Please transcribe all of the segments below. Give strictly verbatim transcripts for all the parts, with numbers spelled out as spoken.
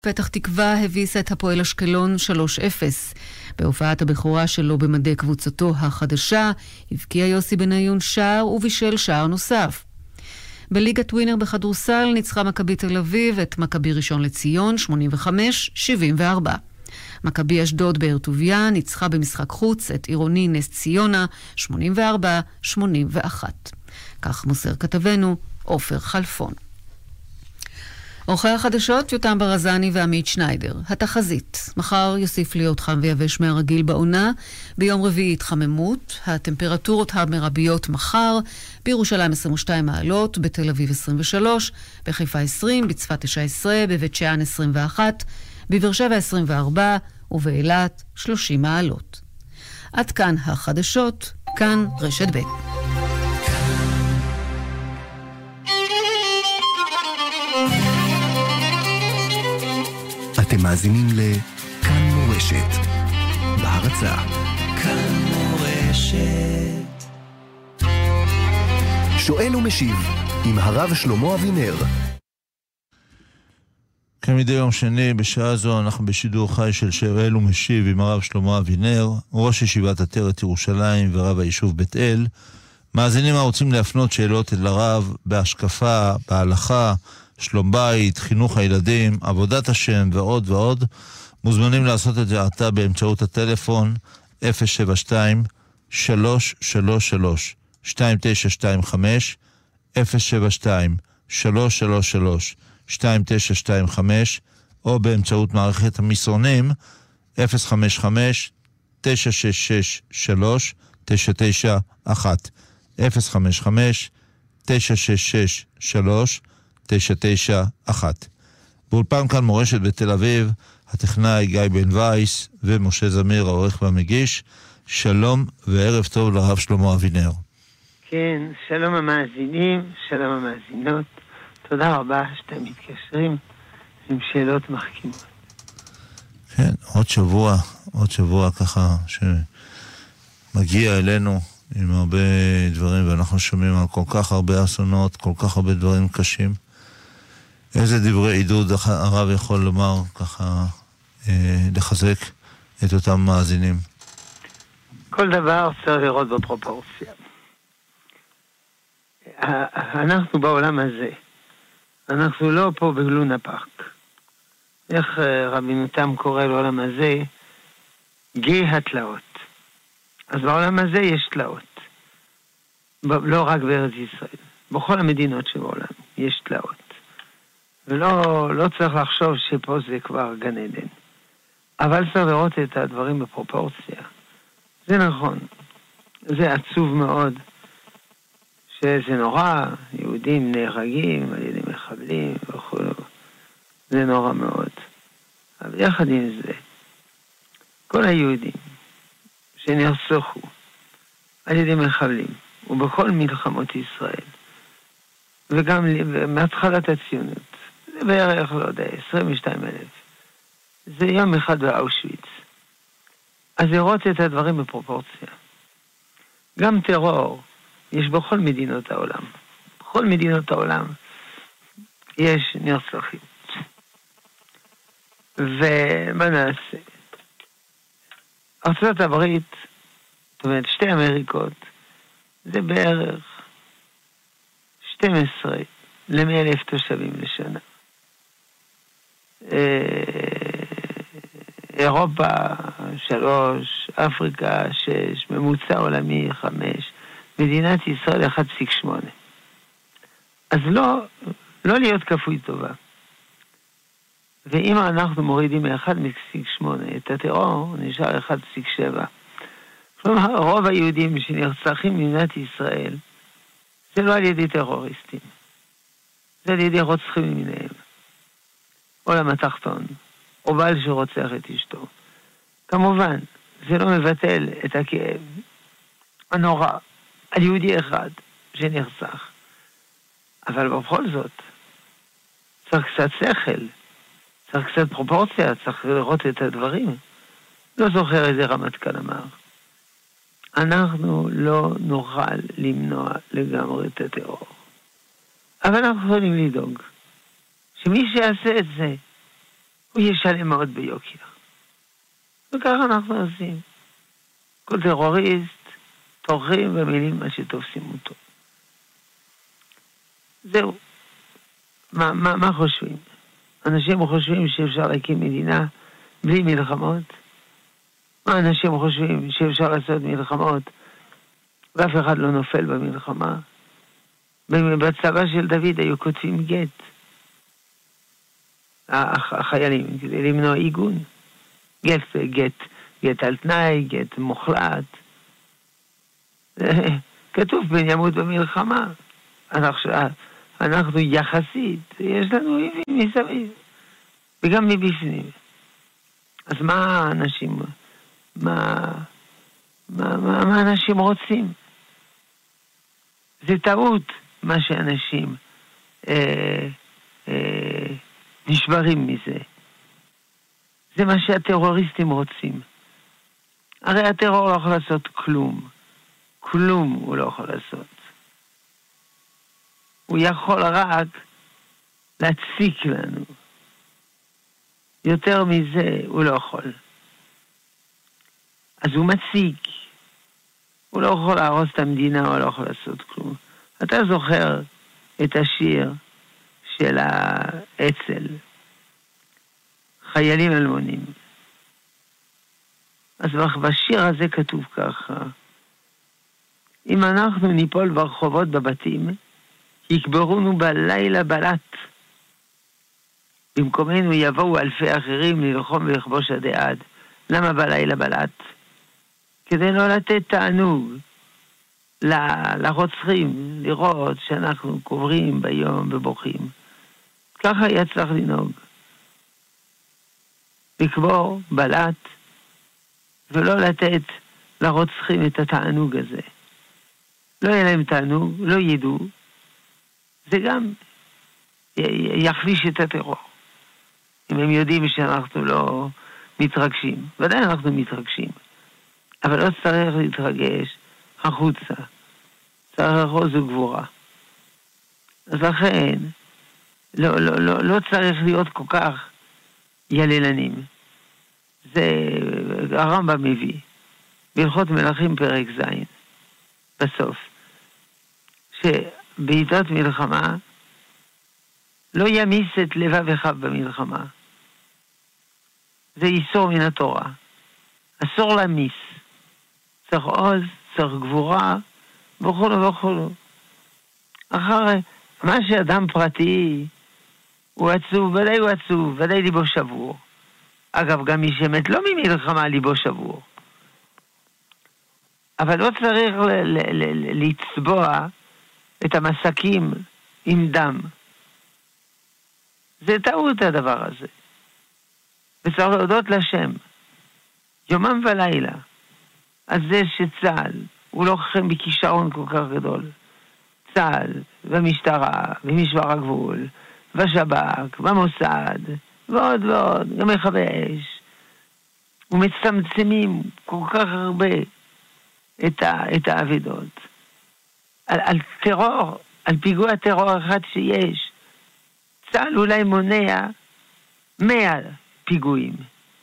פתח תקווה הביס את הפועל אשקלון שלוש אפס. בהופעת הבכורה שלו במדי קבוצתו החדשה, הבקיע יוסי בניון שער ובישל שער נוסף. בליגת ווינר בכדורסל ניצחה מכבי תל אביב את מכבי ראשון לציון שמונים וחמש שבעים וארבע. מכבי אשדוד באר טוביה ניצחה במשחק חוץ את עירוני נס ציונה שמונים וארבע שמונים ואחת. כך מוסר כתבנו עופר חלפון. אורחי החדשות יותם ברזני ועמית שניידר. התחזית, מחר יוסיף להיות חם ויבש מהרגיל בעונה, ביום רביעי התחממות, הטמפרטורות המרביות מחר, בירושלים עשרים ושתיים מעלות, בתל אביב עשרים ושלוש, בחיפה עשרים, בצפת תשע עשרה, בבית שאן עשרים ואחת, בבאר שבע עשרים וארבע ובאילת שלושים מעלות. עד כאן החדשות, כאן רשת ב'. אתם מאזינים לכאן מורשת, בהרצה כאן מורשת. שואל ומשיב עם הרב שלמה אבינר. כמדי יום שני בשעה זו אנחנו בשידור חי של שואל ומשיב עם הרב שלמה אבינר, ראש ישיבת עטרת ירושלים ורב היישוב בית אל. מאזינים הרוצים להפנות שאלות אל הרב בהשקפה, בהלכה, שלום בית, חינוך הילדים, עבודת השם ועוד ועוד, מוזמנים לעשות את זה עתה באמצעות הטלפון אפס שבע שתיים שלוש שלוש שלוש שתיים תשע שתיים חמש, אפס שבע שתיים שלוש שלוש שלוש שתיים תשע שתיים חמש, או באמצעות מערכת המסרונים אפס חמש חמש תשע שש שש שלוש תשע תשע אחת, אפס חמש חמש תשע שש שש שלוש תשע תשע אחת. באולפן כאן מורשת בתל אביב, הטכנאי גיא בן וייס ומשה זמיר העורך והמגיש. שלום וערב טוב לרב שלמה אבינר. כן, שלום המאזינים, שלום המאזינות. תודה רבה שאתם מתקשרים עם שאלות מחכימות. כן, עוד שבוע, עוד שבוע ככה שמגיע אלינו עם הרבה דברים, ואנחנו שומעים על כל כך הרבה אסונות, כל כך הרבה דברים קשים. איזה דברי עידוד הרב יכול לומר ככה, אה, לחזק את אותם מאזינים? כל דבר צריך לראות בפרופורציה. אנחנו בעולם הזה, אנחנו לא פה בגלונה פארק. איך רבינו תם קורא לעולם הזה? גיא התלאות. אז בעולם הזה יש תלאות. לא רק בארץ ישראל. בכל המדינות שבעולם יש תלאות. ולא לא צריך לחשוב שפה זה כבר גן עדן. אבל צריך לראות את הדברים בפרופורציה. זה נכון. זה עצוב מאוד. שזה נורא, יהודים נהרגים על ידי מחבלים וכו'. זה נורא מאוד. אבל יחד עם זה, כל היהודים שנרצחו על ידי מחבלים, ובכל מלחמות ישראל, וגם מהתחלת הציונות, זה בערך, לא יודע, עשרים ושתיים אלף. זה יום אחד באושוויץ. אז לראות את הדברים בפרופורציה. גם טרור יש בכל מדינות העולם. בכל מדינות העולם יש נרצחים. ומה נעשה? ארצות הברית, זאת אומרת, שתי אמריקות, זה בערך שתים עשרה למאה אלף תושבים לשנה. אירופה שלוש, אפריקה שש, ממוצע עולמי חמש, מדינת ישראל אחת נקודה שמונה. אז לא, לא להיות כפוי טובה. ואם אנחנו מורידים מ-אחת נקודה שמונה את הטרור, נשאר אחת נקודה שבע. כלומר, רוב היהודים שנרצחים במדינת ישראל, זה לא על ידי טרוריסטים. זה על ידי רוצחים ממיניהם. עולם התחתון, או בעל שרוצח את אשתו. כמובן, זה לא מבטל את הכאב הנורא על יהודי אחד שנרצח. אבל בכל זאת, צריך קצת שכל, צריך קצת פרופורציה, צריך לראות את הדברים. לא זוכר איזה רמטכ"ל אמר. אנחנו לא נוכל למנוע לגמרי את הטרור. אבל אנחנו יכולים לדאוג שמי שיעשה את זה, הוא ישלם מאוד ביוקר. וככה אנחנו עושים. כל טרוריסט תורכים במילים מה שתופסים אותו. זהו. מה, מה, מה חושבים? אנשים חושבים שאפשר להקים מדינה בלי מלחמות? מה אנשים חושבים שאפשר לעשות מלחמות ואף אחד לא נופל במלחמה? בצבא של דוד היו כותבים גט. החיילים, כדי למנוע עיגון. גט, גט, גט על תנאי, גט מוחלט. כתוב בן ימות במלחמה. אנחנו, אנחנו יחסית, יש לנו אויבים מסביב, וגם מבפנים. אז מה אנשים, מה, מה, מה, מה אנשים רוצים? זה טעות מה שאנשים אה, אה, נשברים מזה. זה מה שהטרוריסטים רוצים. הרי הטרור לא יכול לעשות כלום. כלום הוא לא יכול לעשות. הוא יכול רק להציק לנו. יותר מזה הוא לא יכול. אז הוא מציק. הוא לא יכול להרוס את המדינה, הוא לא יכול לעשות כלום. אתה זוכר את השיר של האצ"ל, חיילים אלמונים. אז בשיר הזה כתוב ככה, אם אנחנו ניפול ברחובות בבתים, יקברונו בלילה בלט. במקומנו יבואו אלפי אחרים ללחום ולכבוש עדי עד. למה בלילה בלט? כדי לא לתת תענוג לרוצחים, לראות שאנחנו קוברים ביום ובוכים. ככה היה צריך לנהוג. לקבור בלט, ולא לתת לרוצחים את התענוג הזה. לא יהיה להם תענוג, לא ידעו. זה גם יחליש את הטרור. אם הם יודעים שאנחנו לא מתרגשים. ודאי אנחנו מתרגשים. אבל לא צריך להתרגש החוצה. צריך אחוז וגבורה. אז לכן, לא, לא, לא, לא צריך להיות כל כך יללנים. זה הרמב"ם מביא. בהלכות מלכים פרק ז' בסוף. שבעיתות מלחמה לא ימיס את לבב אחיו במלחמה. זה איסור מן התורה. אסור להמיס. צריך עוז, צריך גבורה, וכולו וכולו. אחרי, מה שאדם פרטי הוא עצוב, ודאי הוא עצוב, ודאי ליבו שבור. אגב, גם מי שמת לא ממלחמה ליבו שבור. אבל לא צריך ל- ל- ל- לצבוע את המסקים עם דם. זה טעות הדבר הזה. וצריך להודות לשם. יומם ולילה. אז זה שצה"ל הוא לא חכם בכישרון כל כך גדול. צה"ל והמשטרה ומשמר הגבול והשב"כ והמוסד ועוד ועוד, גם מכבי אש. ומצמצמים כל כך הרבה את, ה, את העבידות. על, על טרור, על פיגוע טרור אחד שיש, צה"ל אולי מונע מאה פיגועים.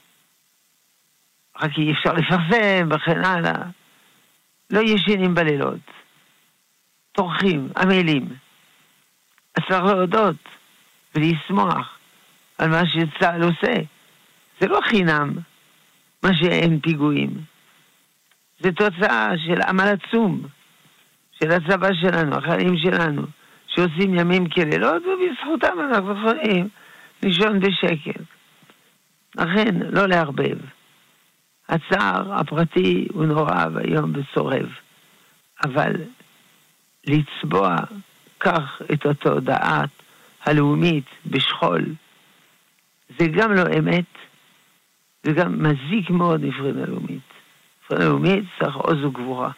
רק אי אפשר לפרסם וכן הלאה. לא ישנים בלילות. תורכים, עמלים. אז צריך להודות ולשמוח על מה שצה"ל עושה. זה לא חינם מה שאין פיגועים. זה תוצאה של עמל עצום של הצבא שלנו, החיילים שלנו, שעושים ימים כלילות, ובזכותם אנחנו יכולים לישון בשקט. לכן, לא להרבב. הצער הפרטי הוא נורא והיום וצורב. אבל לצבוע כך את התודעה הלאומית בשכול, זה גם לא אמת, זה גם מזיק מאוד מבחינה לאומית. מבחינה לאומית צריך עוז וגבורה.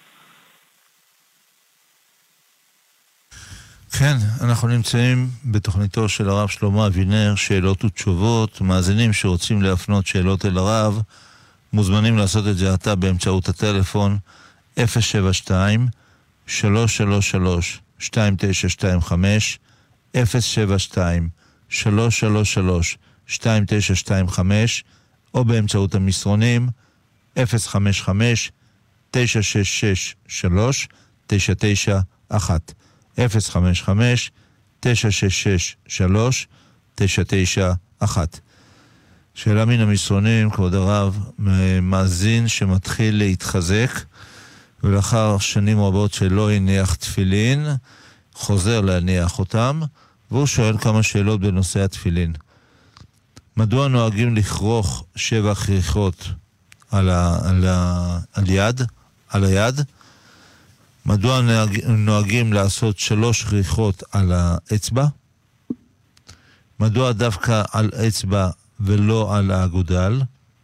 כן, אנחנו נמצאים בתוכניתו של הרב שלמה אבינר, שאלות ותשובות. מאזינים שרוצים להפנות שאלות אל הרב, מוזמנים לעשות את זה עתה באמצעות הטלפון אפס שבע שתיים שלוש שלוש שלוש שתיים תשע שתיים חמש, אפס שבע שתיים שלוש שלוש שלוש שתיים תשע שתיים חמש, או באמצעות המסרונים אפס חמש חמש תשע שש שש שלוש תשע תשע אחת, אפס חמש חמש תשע שש שש שלוש תשע תשע אחת. שאלה מן המסרונים, כבוד הרב, מאזין שמתחיל להתחזק, ולאחר שנים רבות שלא הניח תפילין, חוזר להניח אותם, והוא שואל כמה שאלות בנושא התפילין. מדוע נוהגים לכרוך שבע כריכות על, ה, על, ה, על יד, על היד? מדוע נוהג, נוהגים לעשות שלוש כריכות על האצבע? מדוע דווקא על אצבע ולא על האגודל?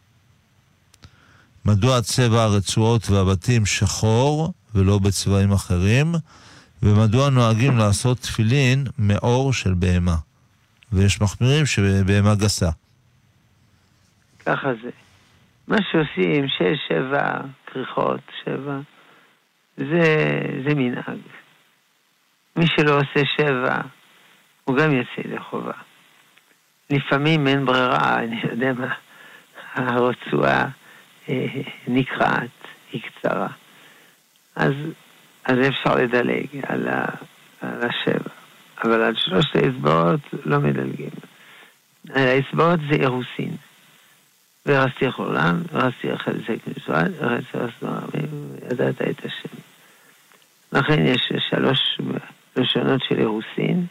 מדוע צבע הרצועות והבתים שחור ולא בצבעים אחרים? ומדוע נוהגים לעשות תפילין מאור של בהמה? ויש מחמירים שבהמה גסה. ככה זה. מה שעושים, שש, שבע כריכות, שבע, זה, זה מנהג. מי שלא עושה שבע, הוא גם יצא לחובה. לפעמים אין ברירה, אני יודע מה, הרצועה אה, נקרעת, היא קצרה. אז, אז אפשר לדלג על, ה, על השבע. אבל על שלושת האצבעות לא מדלגים. על האצבעות זה אירוסין. ורסתי חולם, ורסתי חלזק מסועד, ורסתי רסתי וידעת את השם. לכן יש שלוש לשונות של אירוסין,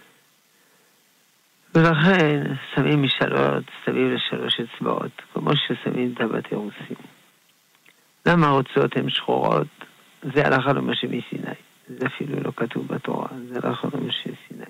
ולכן שמים משאלות סביב לשלוש אצבעות, כמו ששמים טבעת אירוסין. למה הרצועות הן שחורות? זה הלכה למשה מסיני. זה אפילו לא כתוב בתורה, זה הלכה למשה סיני.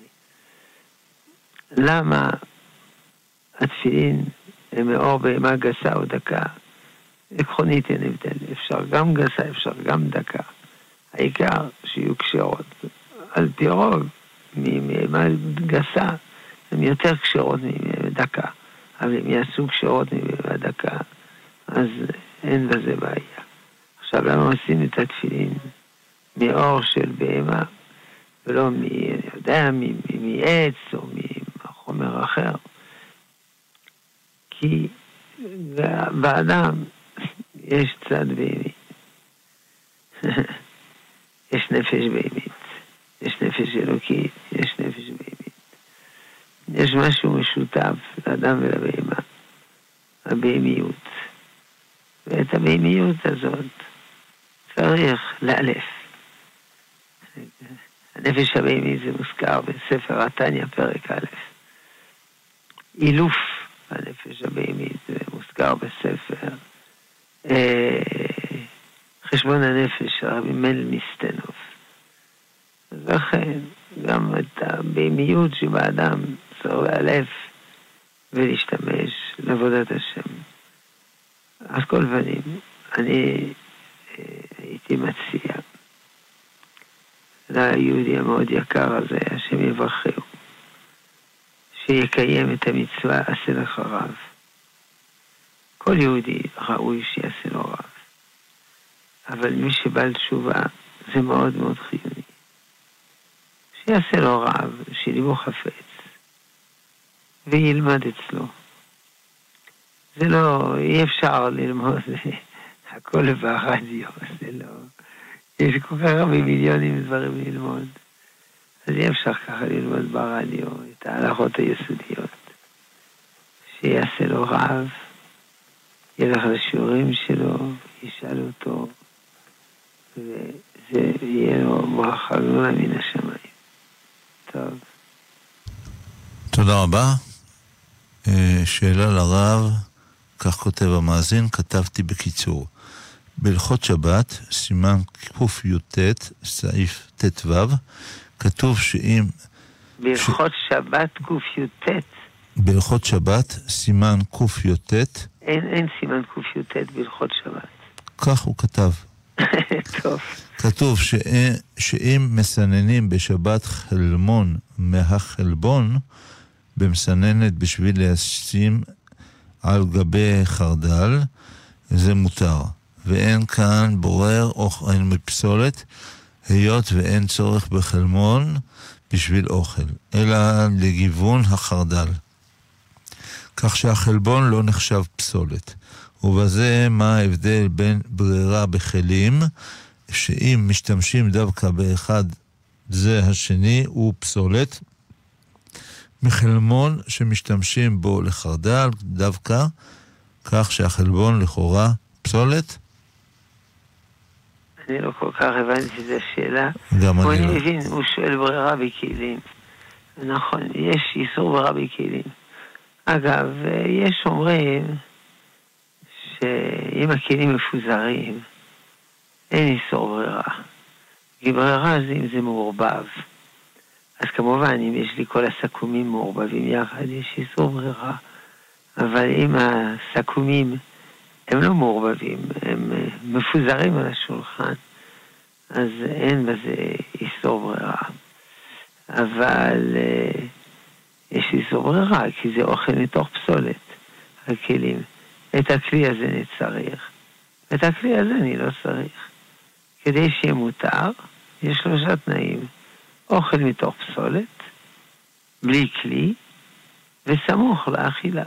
למה התפילין הם מאור בהמה גסה או דקה? עקרונית אין הבדל. אפשר גם גסה, אפשר גם דקה. העיקר שיהיו קשרות. על פי רוב, מבהמה גסה, הן יותר קשרות מדקה. אבל אם יעשו קשרות מבהמה דקה, אז אין בזה בעיה. עכשיו, למה עושים את התפילין מאור של בהמה, ולא מ... אני יודע, מעץ או מחומר אחר? כי באדם יש צד בהמי. יש נפש בהמית, יש נפש אלוקית, יש נפש בהמית. יש משהו משותף לאדם ולבהמה, הבהמיות. ואת הבהמיות הזאת צריך לאלף. הנפש הבהמי זה מוזכר בספר התניא פרק א'. אילוף הנפש הבהמית זה מוזכר בספר אה, חשבון הנפש של רבי מל מסטנוף. אז לכן גם את הבהמיות שבאדם צריך לאלף ולהשתמש לעבודת השם. אז כל פנים, אני אה, הייתי מציע ליהודי המאוד יקר הזה, השם יברכהו, שיקיים את המצווה עשה לך רב. כל יהודי ראוי שיעשה לו רב. אבל מי שבעל תשובה זה מאוד מאוד חיוני. שיעשה לו רב, שליבו חפץ, וילמד אצלו. זה לא, אי אפשר ללמוד הכל ברדיו, זה לא... יש כל כך הרבה מיליונים דברים ללמוד. אז אי אפשר ככה ללמוד ברדיו את ההלכות היסודיות. שיעשה לו רב, ילך לשיעורים שלו, ישאל אותו, וזה יהיה לו ברכה גדולה מן השמיים. טוב. תודה רבה. שאלה לרב, כך כותב המאזין, כתבתי בקיצור. בהלכות שבת, סימן ק"י"ט, סעיף ט"ו, כתוב שאם... בהלכות ש... שבת ק"י"ט. בהלכות שבת, סימן ק"י"ט. אין, אין סימן ק"י"ט בהלכות שבת. כך הוא כתב. טוב. כתוב ש... שאם מסננים בשבת חלמון מהחלבון, במסננת בשביל לשים על גבי חרדל, זה מותר. ואין כאן בורר או אין מפסולת, היות ואין צורך בחלמון בשביל אוכל, אלא לגיוון החרדל. כך שהחלבון לא נחשב פסולת. ובזה מה ההבדל בין ברירה בכלים, שאם משתמשים דווקא באחד זה השני הוא פסולת, מחלמון שמשתמשים בו לחרדל דווקא, כך שהחלבון לכאורה פסולת? אני לא כל כך הבנתי את השאלה. גם אני אני לא. מבין, הוא שואל ברירה בכלים. נכון, יש איסור ברירה בכלים. אגב, יש אומרים שאם הכלים מפוזרים, אין איסור ברירה. כי ברירה זה אם זה מעורבב. אז כמובן, אם יש לי כל הסכומים מעורבבים יחד, יש איסור ברירה. אבל אם הסכומים הם לא מעורבבים, הם מפוזרים על השולחן, אז אין בזה איסור ברירה. אבל uh, יש איסור ברירה, כי זה אוכל מתוך פסולת, הכלים. את הכלי הזה אני צריך, את הכלי הזה אני לא צריך. כדי שיהיה מותר, יש שלושה תנאים. אוכל מתוך פסולת, בלי כלי, וסמוך לאכילה.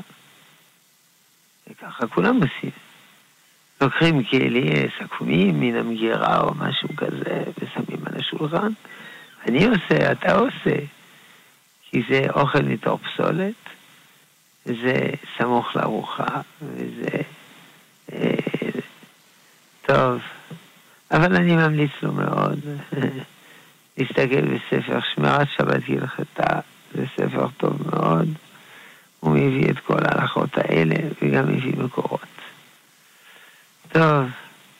וככה כולם עושים. לוקחים כלי סכומים מן המגירה או משהו כזה, ושמים על השולחן. אני עושה, אתה עושה. כי זה אוכל מתוך פסולת, זה סמוך לארוחה, וזה אה, טוב. אבל אני ממליץ לו מאוד להסתכל בספר שמירת שבת הלכתה, זה ספר טוב מאוד. הוא מביא את כל ההלכות האלה, וגם מביא מקורות. טוב.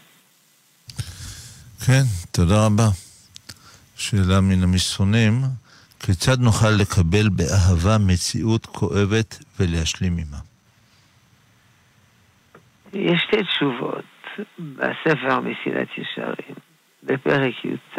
כן, תודה רבה. שאלה מן המסרונים, כיצד נוכל לקבל באהבה מציאות כואבת ולהשלים עימה? יש שתי תשובות בספר מסילת ישרים, בפרק י"ט,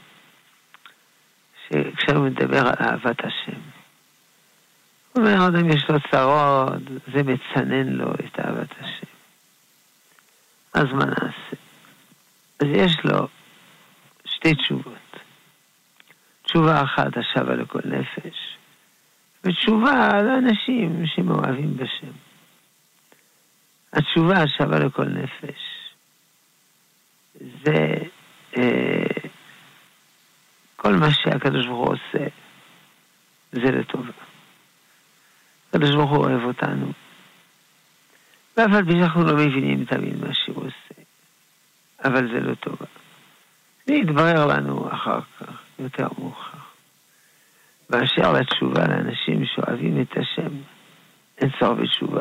שכשהוא מדבר על אהבת השם. הוא אומר, אדם יש לו צרות, זה מצנן לו את אהבת השם. אז מה נעשה? אז יש לו שתי תשובות. תשובה אחת, השבה לכל נפש, ותשובה לאנשים שמאוהבים בשם. התשובה, השבה לכל נפש, זה אה, כל מה שהקדוש ברוך הוא עושה, זה לטובה. הקדוש ברוך הוא אוהב אותנו, ואף פי שאנחנו לא מבינים תמיד מה שהוא עושה, אבל זה לא טובה. זה יתברר לנו אחר כך, יותר מאוחר. באשר לתשובה לאנשים שאוהבים את השם, אין צורך בתשובה.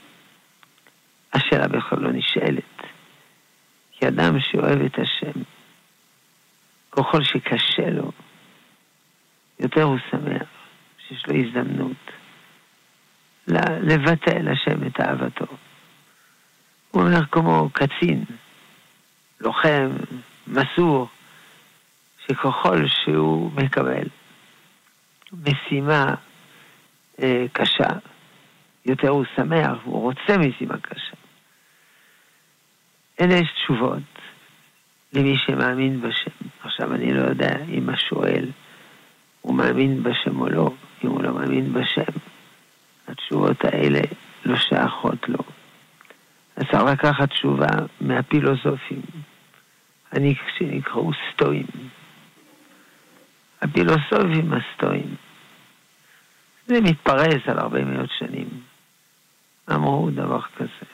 השאלה בכלל לא נשאלת. כי אדם שאוהב את השם, ככל שקשה לו, יותר הוא שמח, שיש לו הזדמנות לבטא אל השם את אהבתו. הוא אומר כמו קצין, לוחם, מסור, שככל שהוא מקבל משימה אה, קשה, יותר הוא שמח, הוא רוצה משימה קשה. אלה יש תשובות למי שמאמין בשם. עכשיו אני לא יודע אם השואל הוא מאמין בשם או לא. אם הוא לא מאמין בשם, התשובות האלה לא שייכות לו. אז צריך לקחת תשובה מהפילוסופים, שנקראו סטואים. הפילוסופים הסטואים, זה מתפרס על הרבה מאוד שנים. אמרו דבר כזה.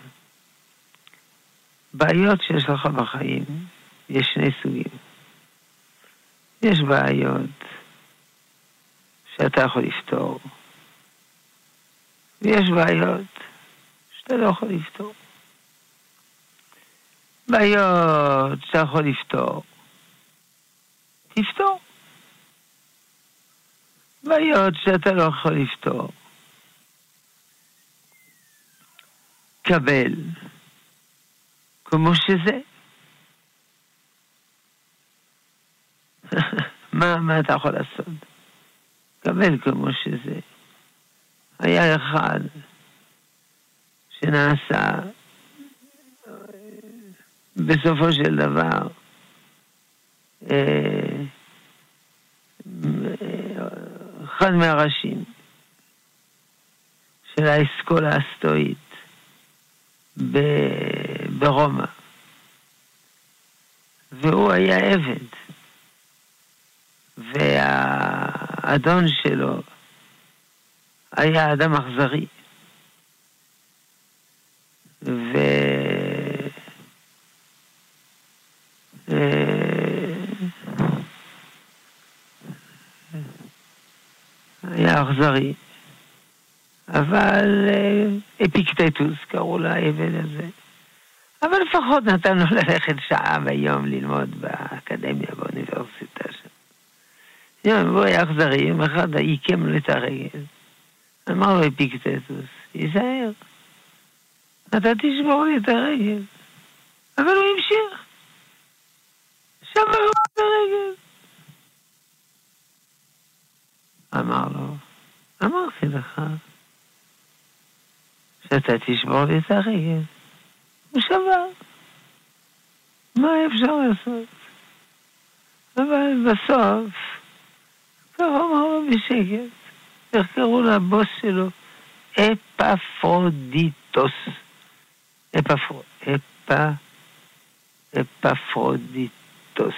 בעיות שיש לך בחיים, יש שני סוגים. יש בעיות שאתה יכול לפתור, ויש בעיות שאתה לא יכול לפתור. בעיות שאתה יכול לפתור, תפתור. בעיות שאתה לא יכול לפתור, קבל כמו שזה. מה, מה אתה יכול לעשות? קבל כמו שזה. היה אחד שנעשה בסופו של דבר אחד מהראשים של של האסכולה הסטואית ברומא. והוא היה עבד. והאדון שלו היה אדם אכזרי. ו... היה אכזרי. אבל אפיקטטוס קראו לעבד הזה. אבל לפחות נתן לו ללכת שעה ביום ללמוד באקדמיה, באוניברסיטה שם. יום, הוא היה אכזרי, יום אחד עיקם לו את הרגל. אמר לו אפיקטטוס, ייזהר, אתה תשבור לי את הרגל. אבל הוא המשיך. שבר לו את הרגל. אמר לו, אמרתי לך, שאתה תשבור לי את הרגל. הוא שבר. מה אפשר לעשות? אבל בסוף, ככה אמר לו בשקט, איך קראו לבוס שלו? אפפרודיטוס. אפפר... אפ... אפפרודיטוס.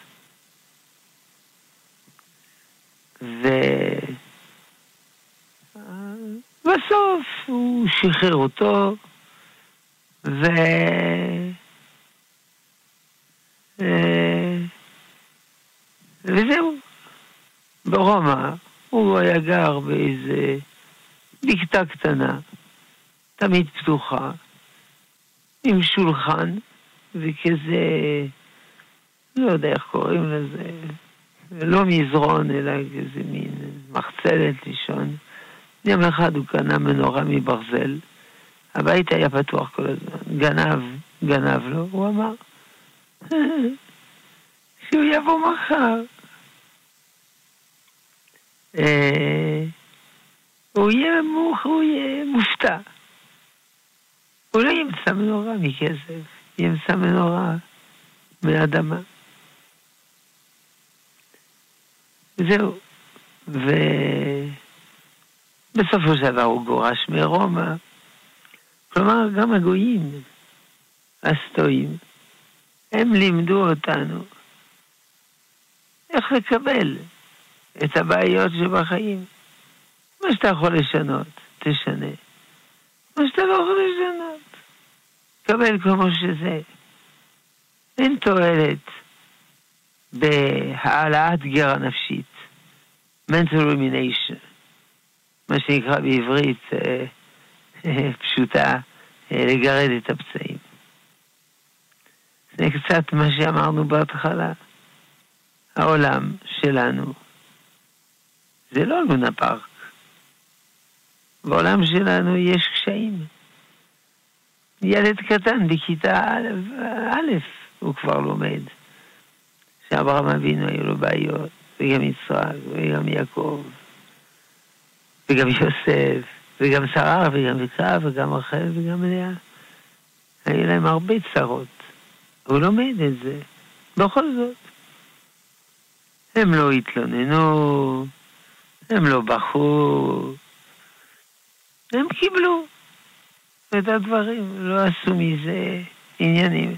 ובסוף הוא שחרר אותו, ו... וזהו. ברומא הוא היה גר באיזה בקתה קטנה, תמיד פתוחה, עם שולחן, וכזה, לא יודע איך קוראים לזה, לא מזרון, אלא כזה מין מחצלת לישון. יום אחד הוא קנה מנורה מברזל, הבית היה פתוח כל הזמן, גנב, גנב לו, הוא אמר, שהוא יבוא מחר. הוא יהיה מוך, הוא יהיה מופתע. הוא לא ימצא מנורה מכסף, ימצא מנורה מאדמה. זהו. ובסופו של דבר הוא גורש מרומא. כלומר, גם הגויים, הסטואים, הם לימדו אותנו איך לקבל את הבעיות שבחיים. מה שאתה יכול לשנות, תשנה. מה שאתה לא יכול לשנות, קבל כמו שזה. אין תועלת בהעלאת גרה נפשית, mental rumination, מה שנקרא בעברית אה, אה, פשוטה, אה, לגרד את הפצעים. זה קצת מה שאמרנו בהתחלה. העולם שלנו זה לא לונה פארק. בעולם שלנו יש קשיים. ילד קטן בכיתה א', א', הוא כבר לומד. שאברהם אבינו היו לו בעיות, וגם יצחק, וגם יעקב, וגם יוסף, וגם שרה, וגם רבקה, וגם רחל, וגם לאה. היו להם הרבה צרות. הוא לומד את זה. בכל זאת. הם לא התלוננו, הם לא בחו, הם קיבלו את הדברים, לא עשו מזה עניינים.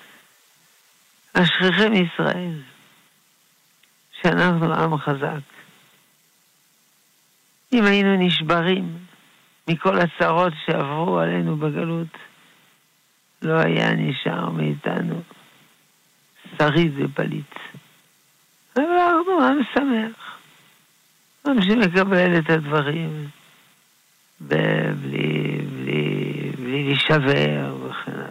אשריכם ישראל, שאנחנו עם חזק. אם היינו נשברים מכל הצרות שעברו עלינו בגלות, לא היה נשאר מאיתנו שריד ופליט. אבל אנחנו עם שמח, עם שמקבל את הדברים בלי, בלי, בלי להישבר וכן הלאה.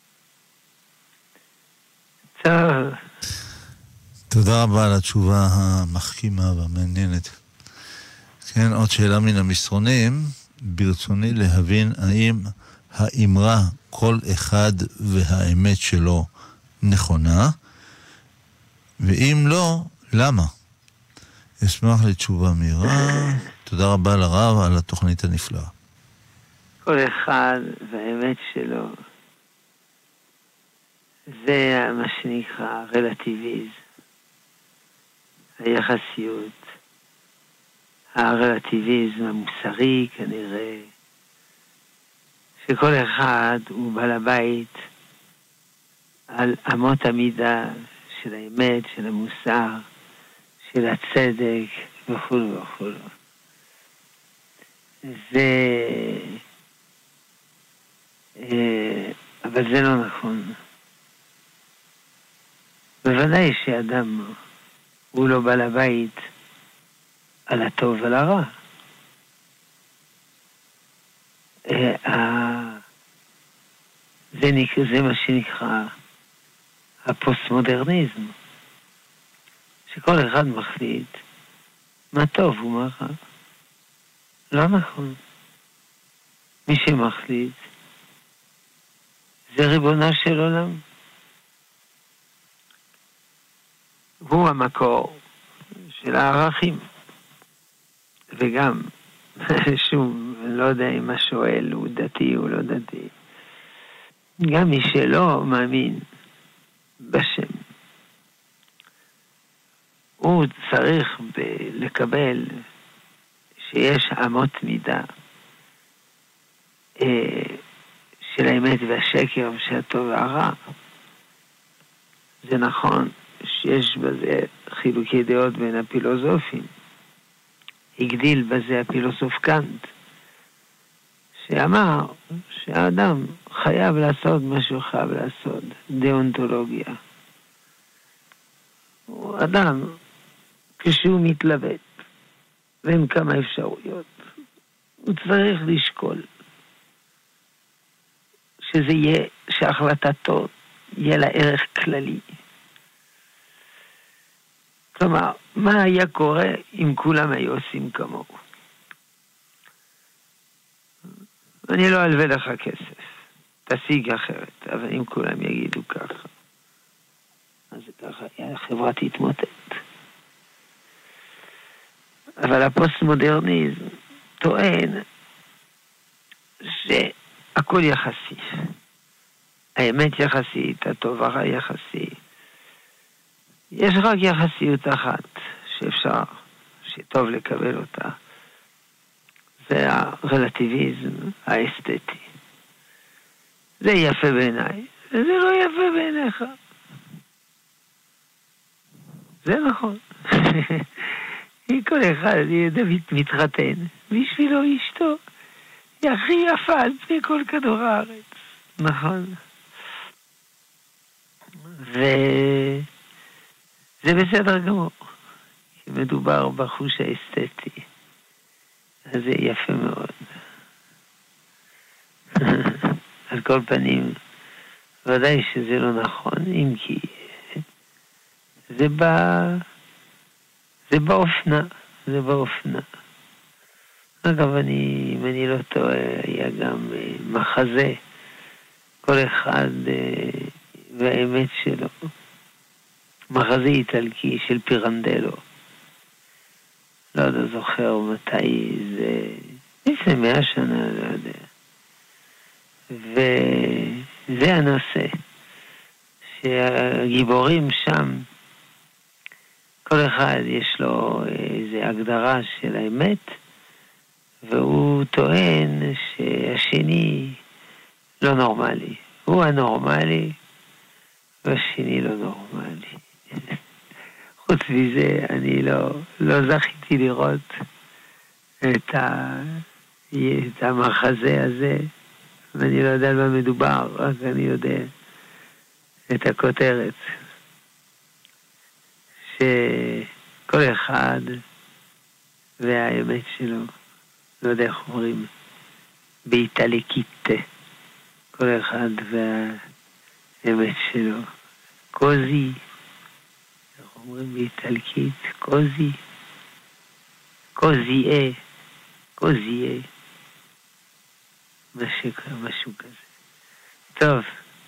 טוב. תודה רבה על התשובה המחכימה והמעניינת. כן, עוד שאלה מן המסרונים. ברצוני להבין האם האמרה כל אחד והאמת שלו נכונה, ואם לא, למה? אשמח לתשובה מהירה. תודה רבה לרב על התוכנית הנפלאה. כל אחד והאמת שלו, זה מה שנקרא רלטיביזם, היחסיות, הרלטיביזם המוסרי כנראה, שכל אחד הוא בעל הבית על אמות המידה של האמת, של המוסר, של הצדק וכו' וכו'. זה... אבל זה לא נכון. בוודאי שאדם הוא לא בעל הבית על הטוב ועל הרע. זה, נקרא, זה מה שנקרא הפוסט-מודרניזם, שכל אחד מחליט מה טוב ומה רע. לא נכון. מי שמחליט זה ריבונו של עולם. הוא המקור של הערכים. וגם, שוב, אני לא יודע אם השואל הוא דתי או לא דתי. גם מי שלא מאמין בשם, הוא צריך ב- לקבל שיש אמות מידה אה, של האמת והשקר ושל הטוב והרע. זה נכון שיש בזה חילוקי דעות בין הפילוסופים. הגדיל בזה הפילוסוף קאנט, שאמר שהאדם חייב לעשות מה שהוא חייב לעשות, דאונטולוגיה. הוא אדם, כשהוא מתלבט בין כמה אפשרויות, הוא צריך לשקול שזה יהיה, שהחלטתו יהיה לה ערך כללי. כלומר, מה היה קורה אם כולם היו עושים כמוהו? אני לא אלווה לך כסף, תשיג אחרת, אבל אם כולם יגידו ככה, אז ככה, החברה תתמוטט. אבל הפוסט-מודרניזם טוען שהכל יחסי. האמת יחסית, הטוב הרע יחסי. יש רק יחסיות אחת שאפשר, שטוב לקבל אותה. זה הרלטיביזם האסתטי. זה יפה בעיניי, וזה לא יפה בעיניך. זה נכון. כל אחד מתחתן, בשבילו אשתו, היא הכי יפה על פני כל כדור הארץ. נכון. וזה בסדר גמור. מדובר בחוש האסתטי. אז זה יפה מאוד. על כל פנים, ודאי שזה לא נכון, אם כי זה בא, זה באופנה, זה באופנה. אגב, אני, אם אני לא טועה, היה גם מחזה, כל אחד והאמת שלו. מחזה איטלקי של פירנדלו. לא יודע, זוכר מתי זה, לפני מאה שנה, לא יודע. וזה הנושא, שהגיבורים שם, כל אחד יש לו איזו הגדרה של האמת, והוא טוען שהשני לא נורמלי. הוא הנורמלי, והשני לא נורמלי. חוץ מזה, אני לא, לא זכיתי לראות את, ה, את המחזה הזה, ואני לא יודע על מה מדובר, רק אני יודע את הכותרת. שכל אחד והאמת שלו, לא יודע איך אומרים, באיטלקית, כל אחד והאמת שלו. קוזי, איך אומרים באיטלקית? קוזי, קוזיה, קוזיה, משהו, משהו כזה. טוב.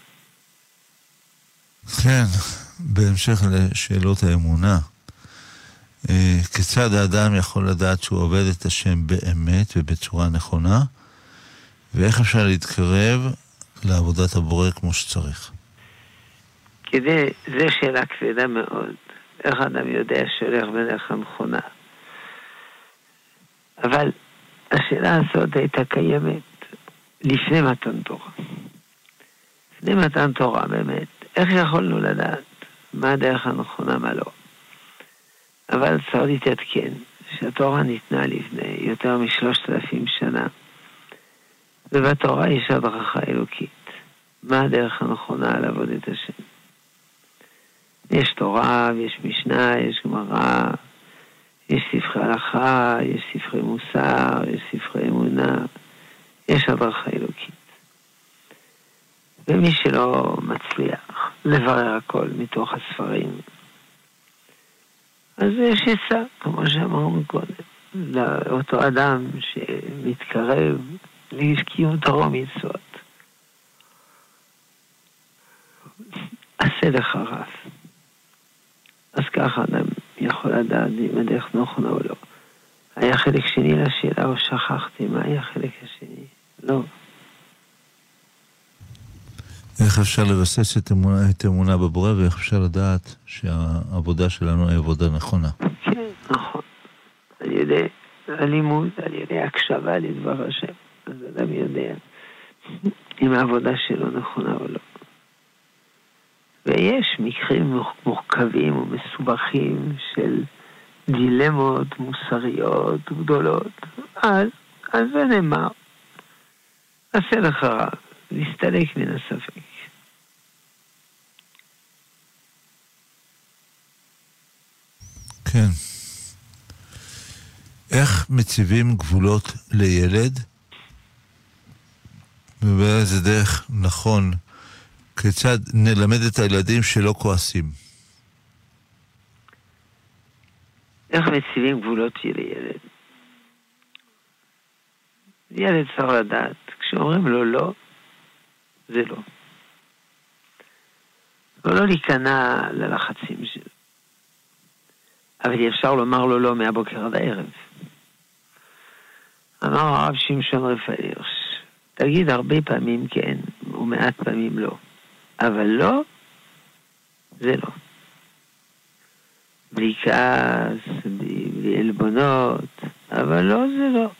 כן, בהמשך לשאלות האמונה, כיצד האדם יכול לדעת שהוא עובד את השם באמת ובצורה נכונה, ואיך אפשר להתקרב לעבודת הבורא כמו שצריך? כדי, זה שאלה כבדה מאוד. איך אדם יודע שהולך בדרך הנכונה? אבל השאלה הזאת הייתה קיימת לפני מתן תורה. לפני מתן תורה, באמת, איך יכולנו לדעת מה הדרך הנכונה, מה לא? אבל צריך להתעדכן שהתורה ניתנה לפני יותר משלושת אלפים שנה, ובתורה יש הדרכה אלוקית. מה הדרך הנכונה לעבוד את השם? יש תורה, יש משנה, יש גמרא, יש ספרי הלכה, יש ספרי מוסר, יש ספרי אמונה, יש הדרכה אלוקית. ומי שלא מצליח לברר הכל מתוך הספרים, אז יש עצה, כמו שאמרנו קודם, לאותו אדם שמתקרב לקיום תורה מצוות. עשה לך רב. אז ככה אדם יכול לדעת אם הדרך נכונה או לא. היה חלק שני לשאלה או שכחתי, מה היה חלק השני? לא. איך אפשר לבסס את אמונה, את אמונה בבורא, ואיך אפשר לדעת שהעבודה שלנו היא עבודה נכונה? כן, נכון. על ידי הלימוד, על ידי הקשבה לדבר השם. אז אדם יודע אם העבודה שלו נכונה או לא. ויש מקרים מורכבים ומסובכים של דילמות מוסריות גדולות. אז, אז זה נאמר. עשה לך רב, להסתלק מן הספק. כן. איך מציבים גבולות לילד? ובאיזה דרך נכון, כיצד נלמד את הילדים שלא כועסים? איך מציבים גבולות לילד? ילד צריך לדעת, כשאומרים לו לא, זה לא. ולא להיכנע ללחצים שלו. אבל אפשר לומר לו לא מהבוקר עד הערב. אמר הרב שמשון רפאל הירש, תגיד הרבה פעמים כן, ומעט פעמים לא. אבל לא, זה לא. בלי כעס, בלי, בלי אלבונות, אבל לא, זה לא.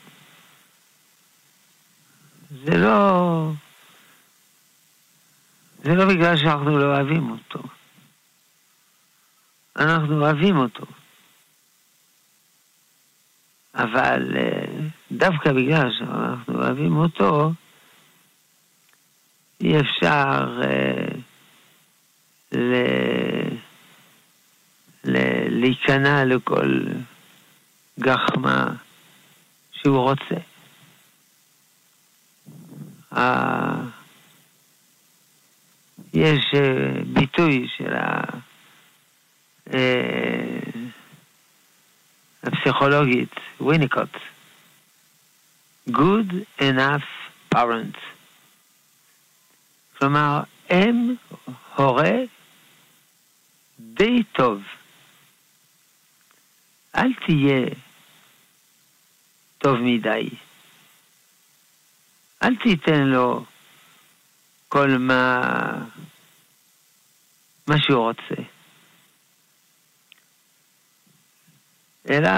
זה לא... זה לא בגלל שאנחנו לא אוהבים אותו. אנחנו אוהבים אותו. אבל דווקא בגלל שאנחנו אוהבים אותו, אי אפשר ל... ל... להיכנע לכל גחמה שהוא רוצה. יש ביטוי של הפסיכולוגית ויניקוט, good enough parent. כלומר, הם הורה די טוב. אל תהיה טוב מדי. אל תיתן לו כל מה, מה שהוא רוצה. אלא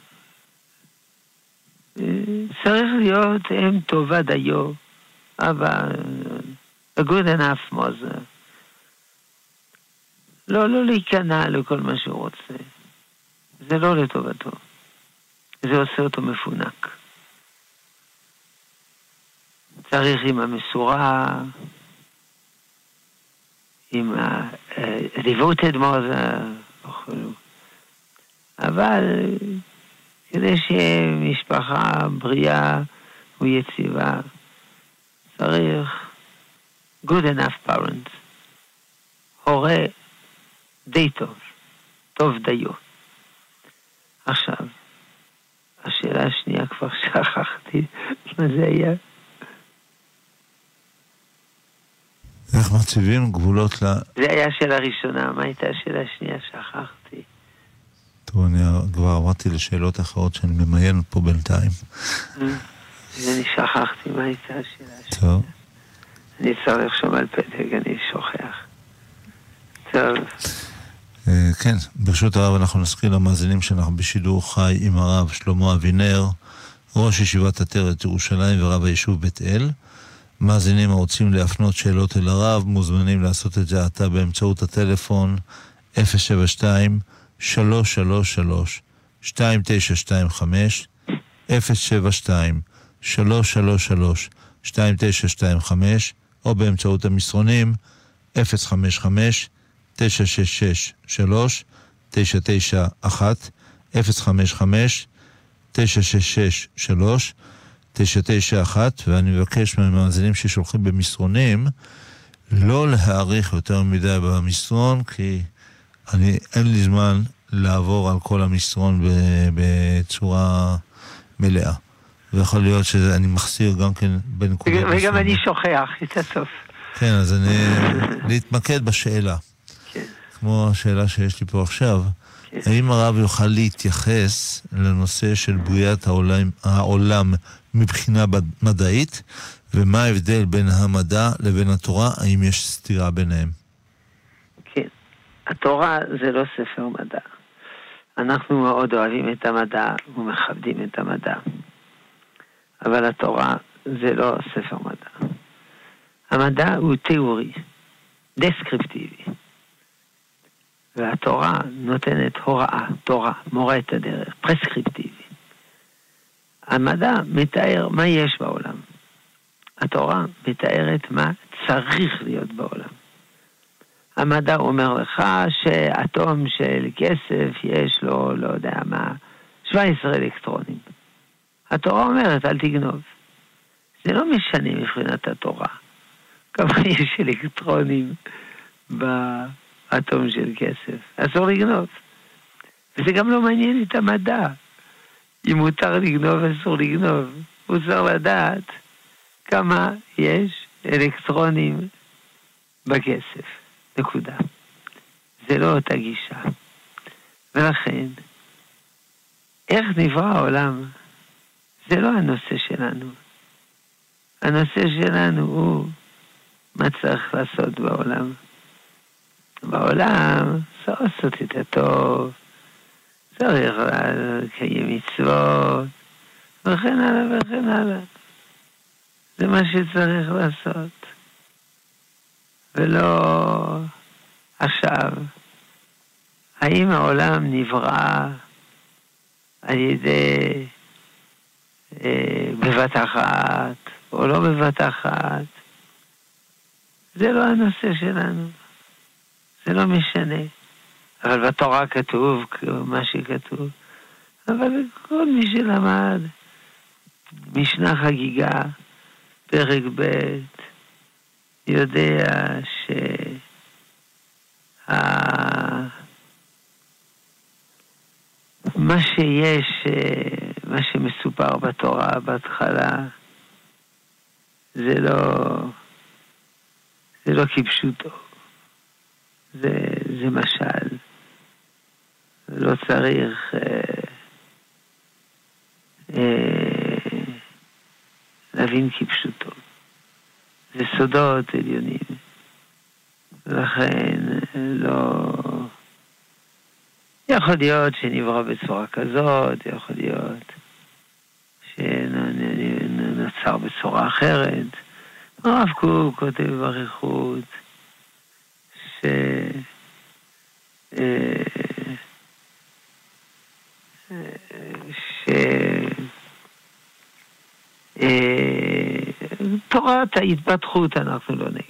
צריך להיות אם טובה דיו, אבל a good enough mother. לא, לא להיכנע לכל מה שהוא רוצה. זה לא לטובתו. זה עושה אותו מפונק. צריך עם המסורה, עם ה-devoted mother, אבל כדי שמשפחה בריאה ויציבה, צריך good enough parents, הורה די טוב, טוב דיו. עכשיו, השאלה השנייה כבר שכחתי, מה זה היה? איך מציבים גבולות ל... זה היה השאלה הראשונה, מה הייתה השאלה השנייה? שכחתי. טוב, אני כבר אמרתי לשאלות אחרות שאני ממיין פה בינתיים. אני שכחתי, מה הייתה השאלה השנייה? טוב. אני צריך שם על פתק, אני שוכח. טוב. כן, ברשות הרב אנחנו נזכיר למאזינים שאנחנו בשידור חי עם הרב שלמה אבינר, ראש ישיבת עטרת ירושלים ורב היישוב בית אל. מאזינים הרוצים להפנות שאלות אל הרב, מוזמנים לעשות את זה עתה באמצעות הטלפון אפס שבע שתיים שלוש שלוש שלוש שתיים תשע שתיים חמש, אפס שבע שתיים שלוש שלוש שלוש שתיים תשע שתיים חמש, או באמצעות המסרונים אפס חמש חמש תשע שש שש שלוש תשע תשע אחת, אפס חמש חמש תשע שש שש שלוש תשע תשע אחת, ואני מבקש מהמאזינים ששולחים במסרונים לא להאריך יותר מדי במסרון, כי אני, אין לי זמן לעבור על כל המסרון בצורה מלאה. ויכול להיות שאני מחסיר גם כן בנקודת מסוימת. וגם אני שוכח את הסוף. כן, אז אני להתמקד בשאלה. כן. כמו השאלה שיש לי פה עכשיו. כן. האם הרב יוכל להתייחס לנושא של בריאת העולם, העולם מבחינה מדעית, ומה ההבדל בין המדע לבין התורה? האם יש סתירה ביניהם? כן. התורה זה לא ספר מדע. אנחנו מאוד אוהבים את המדע ומכבדים את המדע. אבל התורה זה לא ספר מדע. המדע הוא תיאורי, דסקריפטיבי. והתורה נותנת הוראה, תורה, מורה את הדרך, פרסקריפטיבי. המדע מתאר מה יש בעולם. התורה מתארת מה צריך להיות בעולם. המדע אומר לך שאטום של כסף יש לו, לא יודע מה, שבע עשרה אלקטרונים. התורה אומרת, אל תגנוב. זה לא משנה מבחינת התורה. כמה יש אלקטרונים באטום של כסף. אסור לגנוב. וזה גם לא מעניין את המדע. אם מותר לגנוב, אסור לגנוב. הוא צריך לדעת כמה יש אלקטרונים בכסף. נקודה. זה לא אותה גישה. ולכן, איך נברא העולם? זה לא הנושא שלנו. הנושא שלנו הוא מה צריך לעשות בעולם. בעולם צריך לעשות את הטוב, צריך לקיים מצוות, וכן הלאה וכן הלאה. זה מה שצריך לעשות. ולא עכשיו. האם העולם נברא על ידי אה, בבת אחת או לא בבת אחת? זה לא הנושא שלנו. זה לא משנה. אבל בתורה כתוב מה שכתוב. אבל כל מי שלמד משנה חגיגה, פרק ב', יודע ש... מה שיש, מה שמסופר בתורה בהתחלה, זה לא, זה לא כפשוטו. זה, זה משל. לא צריך אה, אה, להבין כפשוטו. זה סודות עליונים. לכן לא... יכול להיות שנברא בצורה כזאת, יכול להיות שנוצר בצורה אחרת. הרב קוק כותב בריחות ש... ש... תורת ההתפתחות אנחנו לא נגד.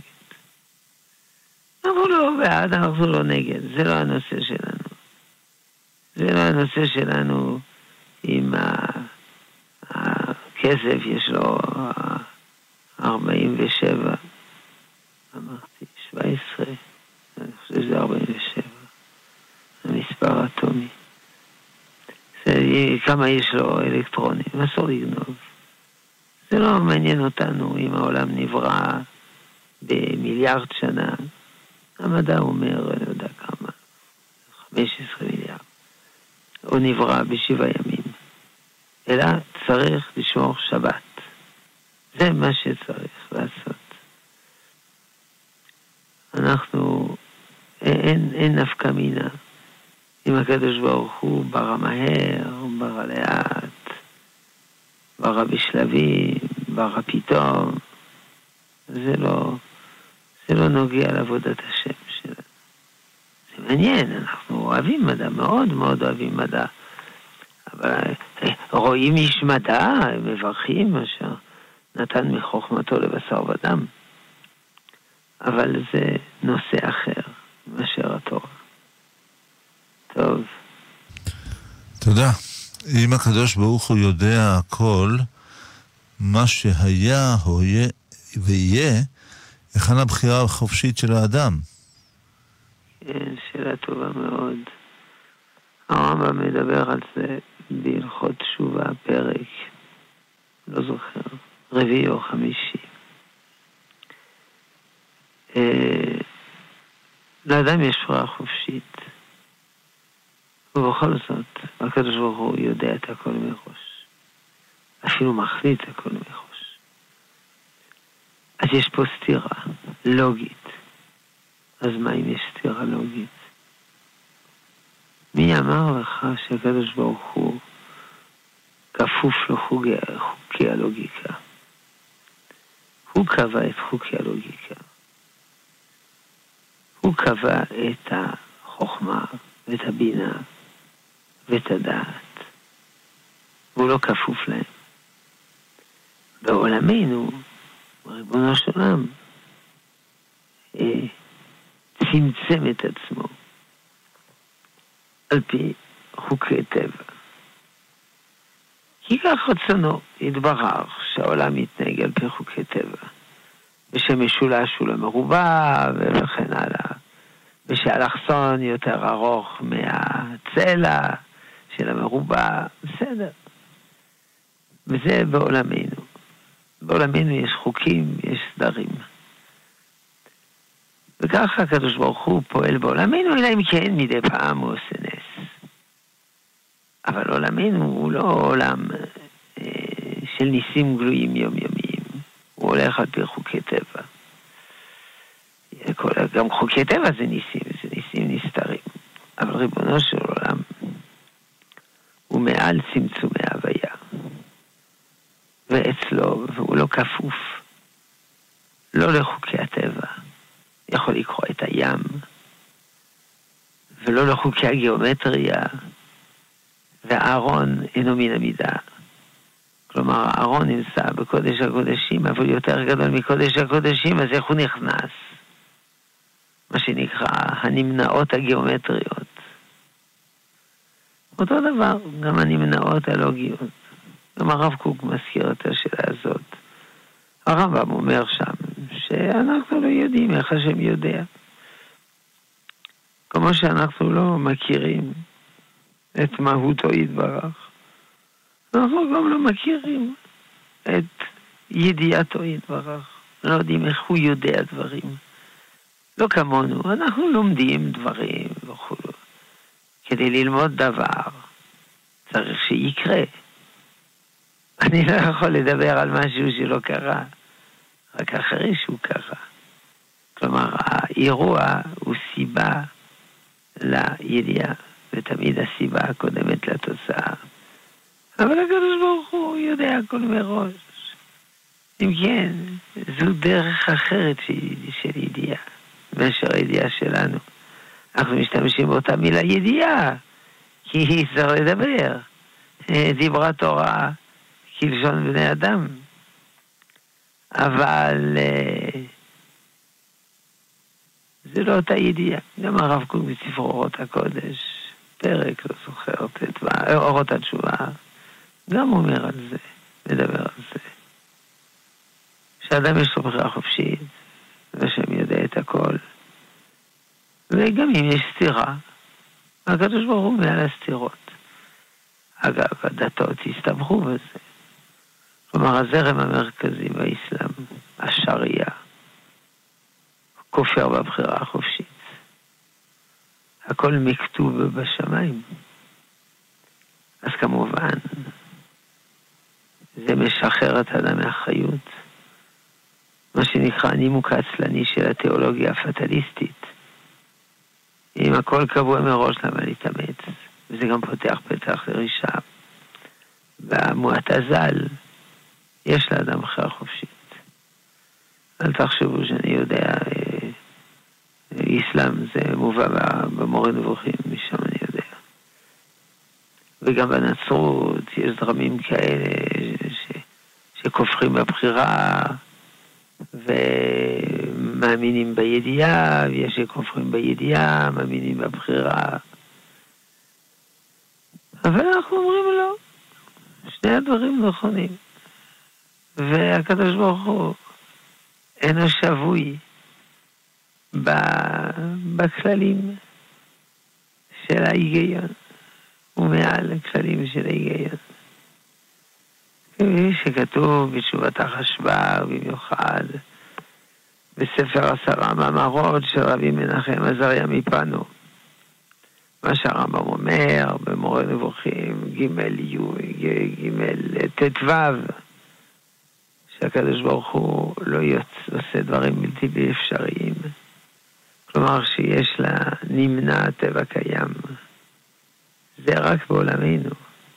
אנחנו לא בעד, אנחנו לא נגד. זה לא הנושא שלנו. זה לא הנושא שלנו אם הכסף יש לו ארבעים ושבע. אמרתי, שבע עשרה. אני חושב שזה ארבעים ושבע. המספר אטומי. כמה יש לו אלקטרונים. אסור לגנוב. זה לא מעניין אותנו אם העולם נברא במיליארד שנה. המדע אומר, אני יודע כמה, חמש עשרה מיליארד. הוא נברא בשבעה ימים. אלא צריך לשמור שבת. זה מה שצריך לעשות. אנחנו, אין, אין נפקא מינה. אם הקדוש ברוך הוא ברא מהר, ברא לאט, ברא בשלבים, ברא פתאום. זה לא, זה לא נוגע לעבודת השם שלנו. זה מעניין, אנחנו אוהבים מדע, מאוד מאוד אוהבים מדע. אבל רואים איש מדע, הם מברכים אשר נתן מחוכמתו לבשר ודם. אבל זה נושא אחר מאשר התורה. טוב. תודה. אם הקדוש ברוך הוא יודע הכל, מה שהיה, הויה ויהיה, היכן הבחירה החופשית של האדם? כן, שאלה טובה מאוד. הרמב"ם מדבר על זה בהלכות תשובה, פרק, לא זוכר, רביעי או חמישי. אה, לאדם יש בחירה חופשית, ובכל זאת, הקדוש ברוך הוא יודע את הכל מראש. אפילו מחליט הכל מראש. אז יש פה סתירה לוגית. אז מה אם יש סתירה לוגית? מי אמר לך שהקדוש ברוך הוא כפוף לחוקי, חוקי הלוגיקה? הוא קבע את חוקי הלוגיקה. הוא קבע את החוכמה ואת הבינה ואת הדעת. והוא לא כפוף להם. בעולמנו, ריבונו של עולם, צמצם את עצמו על פי חוקי טבע. כי כך רצונו יתברך שהעולם יתנהג על פי חוקי טבע. ושמשולש הוא למרובע וכן הלאה. ושהאלכסון יותר ארוך מהצלע של המרובע. בסדר. וזה בעולמנו. בעולמנו יש חוקים, יש סדרים. וככה הקדוש ברוך הוא פועל בעולמנו, אלא אם כן מדי פעם הוא עושה נס. אבל עולמנו הוא לא עולם אה, של ניסים גלויים יומיומיים. הוא הולך על פי חוקי טבע. כל, גם חוקי טבע זה ניסים, זה ניסים נסתרים. אבל ריבונו של עולם הוא מעל צמצומי הוויה. ואצלו, והוא לא כפוף, לא לחוקי הטבע. יכול לקרוא את הים, ולא לחוקי הגיאומטריה, והארון אינו מן המידה. כלומר, הארון נמצא בקודש הקודשים, אבל יותר גדול מקודש הקודשים, אז איך הוא נכנס? מה שנקרא הנמנעות הגיאומטריות. אותו דבר, גם הנמנעות הלוגיות. גם הרב קוק מזכיר את השאלה הזאת. הרמב"ם אומר שם שאנחנו לא יודעים איך השם יודע. כמו שאנחנו לא מכירים את מהותו יתברך, אנחנו גם לא מכירים את ידיעתו יתברך. לא יודעים איך הוא יודע דברים. לא כמונו, אנחנו לומדים דברים וכו'. כדי ללמוד דבר, צריך שיקרה. אני לא יכול לדבר על משהו שלא קרה, רק אחרי שהוא קרה. כלומר, האירוע הוא סיבה לידיעה, ותמיד הסיבה הקודמת לתוצאה. אבל הקדוש ברוך הוא יודע הכל מראש. אם כן, זו דרך אחרת של ידיעה, מאשר הידיעה שלנו. אנחנו משתמשים באותה מילה ידיעה, כי היא צריך לדבר. דיברה תורה כלשון בני אדם. אבל זה לא אותה ידיעה. גם הרב קוק בספרו אורות הקודש, פרק, לא זוכר, אורות התשובה, גם אומר על זה, מדבר על זה. שאדם יש לו בחירה חופשית, ושם יודע את הכל. וגם אם יש סתירה, הקדוש ברוך הוא מעל הסתירות. אגב, הדתות הסתבכו בזה. כלומר, הזרם המרכזי באסלאם, השריעה, כופר בבחירה החופשית. הכל מכתוב בשמיים. אז כמובן, זה משחרר את האדם מהחיות. מה שנקרא הנימוק העצלני של התיאולוגיה הפטליסטית. אם הכל קבוע מראש, למה להתאמץ? וזה גם פותח פתח לרישה. והמועטזל, יש לאדם בחירה חופשית. אל תחשבו שאני יודע, איסלאם זה מובא במורה נבוכים, משם אני יודע. וגם בנצרות יש דרמים כאלה ש... שכופרים בבחירה ומאמינים בידיעה, ויש שכופרים בידיעה, מאמינים בבחירה. אבל אנחנו אומרים לא. שני הדברים נכונים. והקדוש ברוך הוא אינו שבוי בכללים של ההיגיון, ומעל הכללים של ההיגיון. כפי שכתוב בתשובת החשב"ר, במיוחד בספר עשרה מאמרות של רבי מנחם עזריה מפנו. מה שהרמב"ם אומר במורה נבוכים ג' ג' ט"ו, שהקדוש ברוך הוא לא יוצא, עושה דברים בלתי אפשריים. כלומר שיש לה נמנע טבע קיים. זה רק בעולמנו.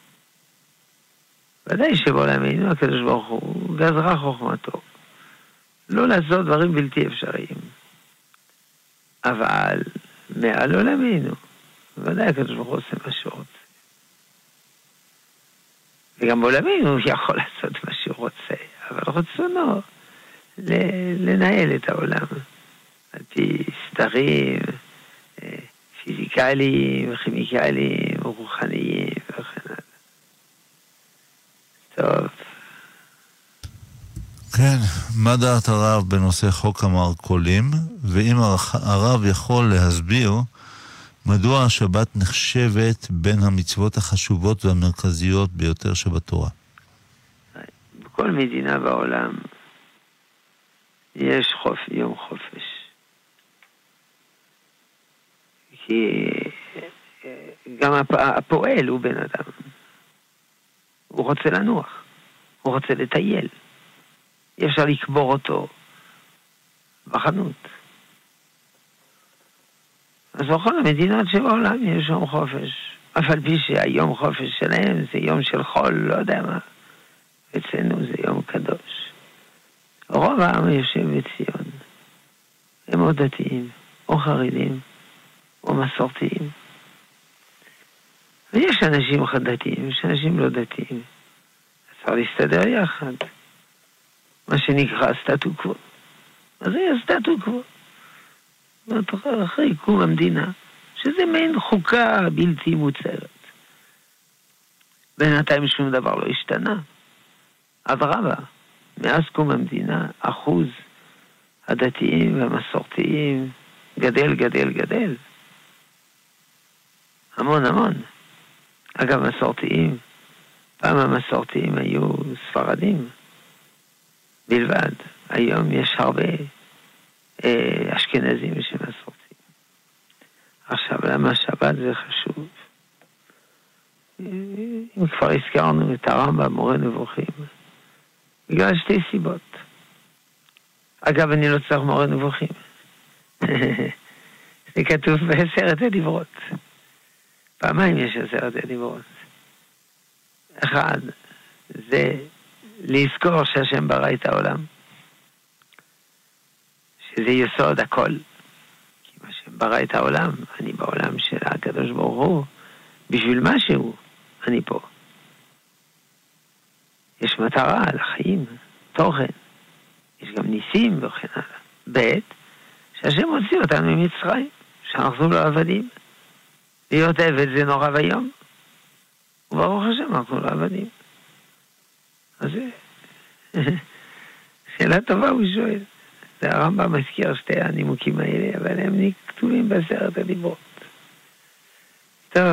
ודאי שבעולמנו הקדוש ברוך הוא גזרה חוכמתו. לא לעשות דברים בלתי אפשריים. אבל מעל עולמנו, ודאי הקדוש ברוך הוא עושה מה שהוא רוצה. וגם בעולמנו הוא יכול לעשות מה שהוא רוצה. אבל רצונו לנהל את העולם. על פי סדרים פיזיקליים, כימיקליים, רוחניים וכן הלאה. טוב. כן, מה דעת הרב בנושא חוק המרכולים, ואם הרב יכול להסביר מדוע השבת נחשבת בין המצוות החשובות והמרכזיות ביותר שבתורה? בכל מדינה בעולם יש חופ, יום חופש. כי גם הפועל הוא בן אדם. הוא רוצה לנוח. הוא רוצה לטייל. אי אפשר לקבור אותו בחנות. אז בכל המדינות שבעולם יש יום חופש. אף על פי שהיום חופש שלהם זה יום של חול, לא יודע מה. אצלנו זה יום קדוש. רוב העם יושב בציון. הם או דתיים, או חרדים, או מסורתיים. ויש אנשים דתיים, יש אנשים לא דתיים. אפשר להסתדר יחד. מה שנקרא סטטו קוו. אז זה סטטו קוו. אחרי קום המדינה, שזה מעין חוקה בלתי מוצרת. בינתיים שום דבר לא השתנה. אדרבה, מאז קום המדינה, אחוז הדתיים והמסורתיים גדל, גדל, גדל. המון, המון. אגב, מסורתיים, פעם המסורתיים היו ספרדים בלבד. היום יש הרבה אה, אשכנזים שמסורתיים. עכשיו, למה שבת זה חשוב? אם כבר הזכרנו את הרמב"ם מורה נבוכים, בגלל שתי סיבות. אגב, אני לא צריך מורה נבוכים. זה כתוב בעשרת הדיברות. פעמיים יש עשרת הדיברות. אחד, זה לזכור שהשם ברא את העולם. שזה יסוד הכל. כי מה השם ברא את העולם, אני בעולם של הקדוש ברוך הוא, בשביל משהו, אני פה. יש מטרה לחיים, תוכן. יש גם ניסים וכן הלאה. ב' שהשם הוציא אותנו ממצרים, שאנחנו לא עבדים. להיות עבד זה נורא ויום. וברוך השם, אנחנו לא עבדים. אז זה... שאלה טובה הוא שואל. זה הרמב"ם מזכיר שתי הנימוקים האלה, אבל הם כתובים בעשרת הדיברות. טוב.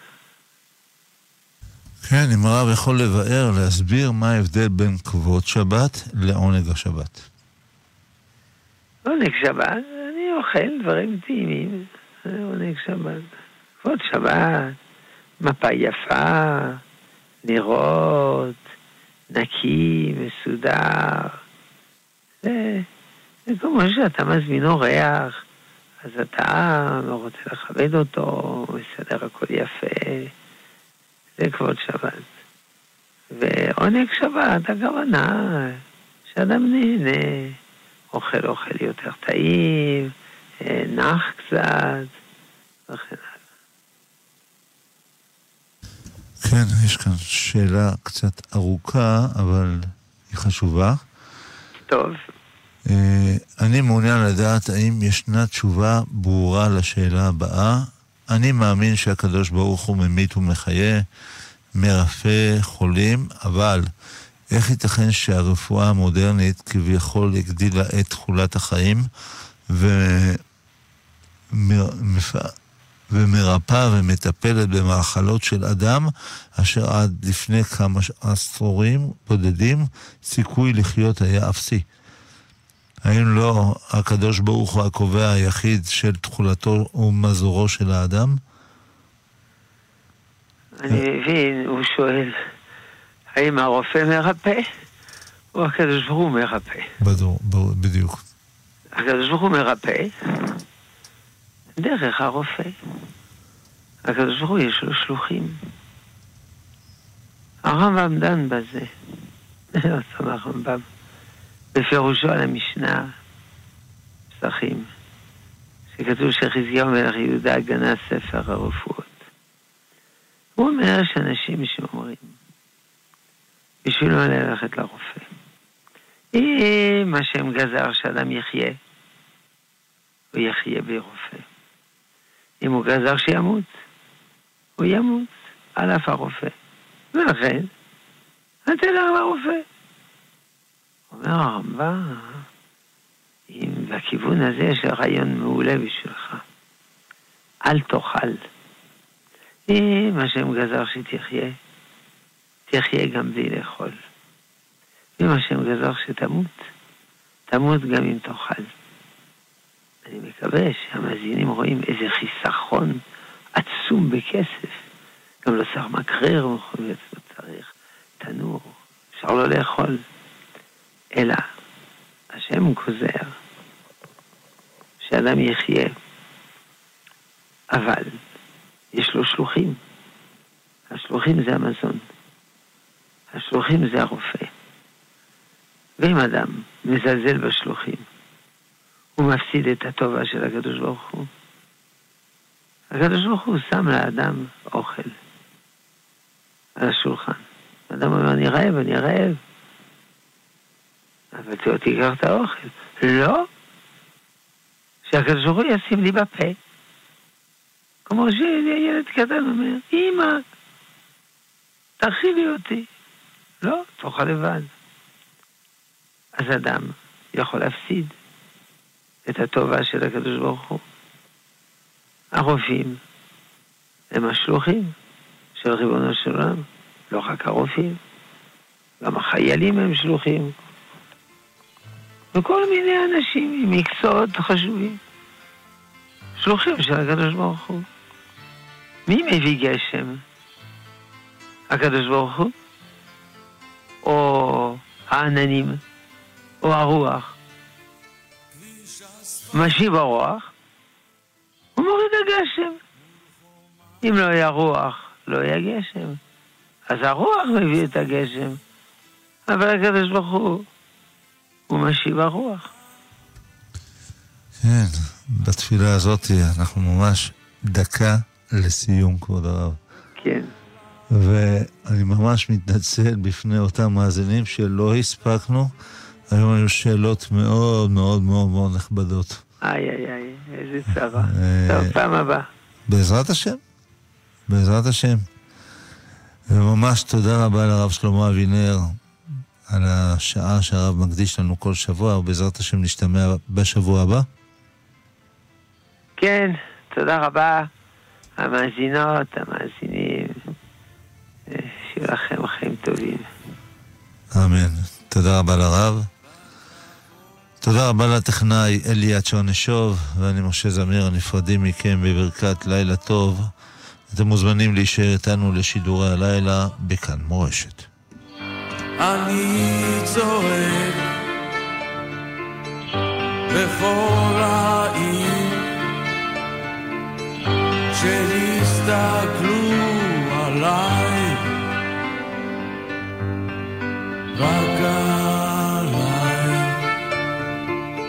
כן, אם הרב יכול לבאר, להסביר מה ההבדל בין כבוד שבת לעונג השבת. עונג שבת, אני אוכל דברים טעימים. עונג שבת. כבוד שבת, מפה יפה, נרות, נקי, מסודר. זה, זה כמו שאתה מזמין אורח, אז אתה רוצה לכבד אותו, מסדר הכל יפה. זה כבוד שבת. ועונג שבת, הכוונה, שאדם נהנה, אוכל אוכל יותר טעים, נח קצת, וכן הלאה. כן, יש כאן שאלה קצת ארוכה, אבל היא חשובה. טוב. אני מעוניין לדעת האם ישנה תשובה ברורה לשאלה הבאה. אני מאמין שהקדוש ברוך הוא ממית ומחיה, מרפא חולים, אבל איך ייתכן שהרפואה המודרנית כביכול הגדילה את תחולת החיים ומרפאה ומטפלת במאכלות של אדם אשר עד לפני כמה עשורים בודדים סיכוי לחיות היה אפסי? האם לא הקדוש ברוך הוא הקובע היחיד של תחולתו ומזורו של האדם? אני מבין, הוא שואל, האם הרופא מרפא או הקדוש ברוך הוא מרפא? בדור, בדיוק. הקדוש ברוך הוא מרפא דרך הרופא. הקדוש ברוך הוא יש לו שלוחים. הרמב"ם דן בזה. לא שמח הרמב"ם. בפירושו על המשנה, פסחים, שכתוב שחזקיהו מלך יהודה גנז ספר הרפואות. הוא אומר שאנשים שאומרים, בשביל לא ללכת לרופא, אם השם גזר שאדם יחיה, הוא יחיה ברופא. אם הוא גזר שימות, הוא ימות על אף הרופא. ולכן, אל תלך לרופא. אומר הרמב"ם, אם בכיוון הזה יש רעיון מעולה בשבילך, אל תאכל. אם השם גזר שתחיה, תחיה גם בלי לאכול. אם השם גזר שתמות, תמות גם אם תאכל. אני מקווה שהמאזינים רואים איזה חיסכון עצום בכסף. גם לא צריך מקרר, לא צריך תנור, אפשר לא לאכול. אלא השם גוזר שאדם יחיה, אבל יש לו שלוחים. השלוחים זה המזון, השלוחים זה הרופא. ואם אדם מזלזל בשלוחים, הוא מפסיד את הטובה של הקדוש ברוך הוא. הקדוש ברוך הוא שם לאדם אוכל על השולחן. האדם אומר, אני רעב, אני רעב. אבל תיקח את האוכל. לא. שהקדוש ברוך הוא ישים לי בפה. כמו שילד קטן אומר, אמא, תאכילי אותי. לא, תאכל לבד. אז אדם יכול להפסיד את הטובה של הקדוש ברוך הוא. הרופאים הם השלוחים של ריבונו של עולם. לא רק הרופאים, גם החיילים הם שלוחים. וכל מיני אנשים עם מקצועות חשובים. שלוחים של הקדוש ברוך הוא. מי מביא גשם? הקדוש ברוך הוא? או העננים? או הרוח? משיב הרוח, הוא מוריד הגשם. אם לא היה רוח, לא היה גשם. אז הרוח מביא את הגשם. אבל הקדוש ברוך הוא, הוא משיב הרוח. כן, בתפילה הזאת אנחנו ממש דקה לסיום, כבוד הרב. כן. ואני ממש מתנצל בפני אותם מאזינים שלא הספקנו. היום היו שאלות מאוד מאוד מאוד מאוד נכבדות. איי איי איי, איזה צרה. טוב, פעם הבאה. בעזרת השם. בעזרת השם. וממש תודה רבה לרב שלמה אבינר על השעה שהרב מקדיש לנו כל שבוע, ובעזרת השם נשתמע בשבוע הבא. כן, תודה רבה. המאזינות, המאזינים, שיהיו לכם חיים טובים. אמן. תודה רבה לרב. תודה רבה לטכנאי אלי הצ'רנשוב, ואני משה זמיר, נפרדים מכם בברכת לילה טוב. אתם מוזמנים להישאר איתנו לשידורי הלילה בכאן מורשת. אני צועק בכל העיר שהסתכלו עליי, רק עליי.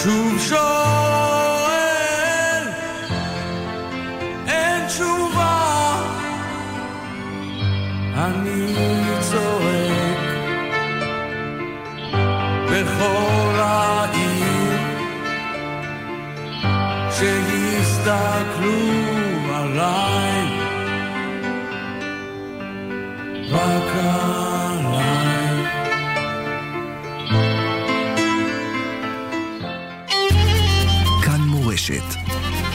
שוב שואל, אין תשובה, אני צועק בכל העיר, שהסתכלו עליי רק